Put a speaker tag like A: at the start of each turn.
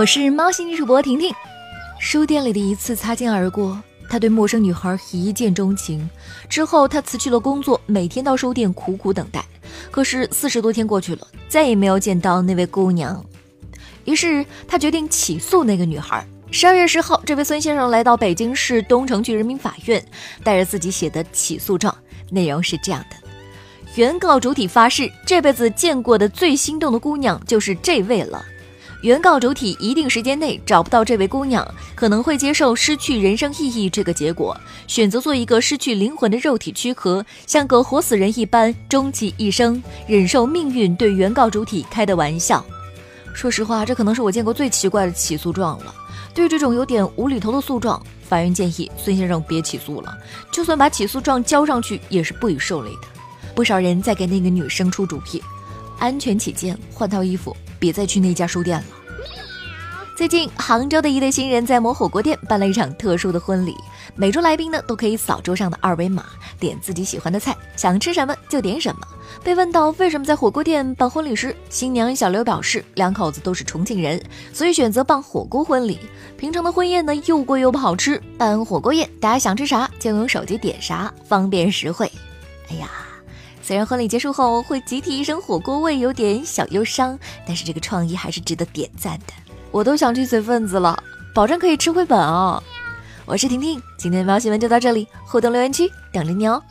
A: 我是猫心理主播婷婷。书店里的一次擦肩而过，他对陌生女孩一见钟情，之后他辞去了工作，每天到书店苦苦等待。可是40多天过去了，再也没有见到那位姑娘。于是他决定起诉那个女孩。12月10号，这位孙先生来到北京市东城区人民法院，带着自己写的起诉状，内容是这样的：原告主体发誓，这辈子见过的最心动的姑娘就是这位了。原告主体一定时间内找不到这位姑娘，可能会接受失去人生意义这个结果，选择做一个失去灵魂的肉体躯壳，像个活死人一般终其一生，忍受命运对原告主体开的玩笑。说实话，这可能是我见过最奇怪的起诉状了。对于这种有点无厘头的诉状，法院建议孙先生别起诉了，就算把起诉状交上去也是不予受理的。不少人在给那个女生出主意，安全起见，换套衣服，别再去那家书店了。最近杭州的一对新人在某火锅店办了一场特殊的婚礼，每桌来宾呢都可以扫桌上的2维码，点自己喜欢的菜，想吃什么就点什么。被问到为什么在火锅店办婚礼时，新娘小刘表示两口子都是重庆人，所以选择办火锅婚礼。平常的婚宴呢又贵又不好吃，办火锅宴大家想吃啥就用手机点啥，方便实惠。哎呀，虽然婚礼结束后会集体一身火锅味，有点小忧伤，但是这个创意还是值得点赞的。我都想去随份子了，保证可以吃回本啊！我是婷婷，今天的喵新闻就到这里，互动留言区等着你哦。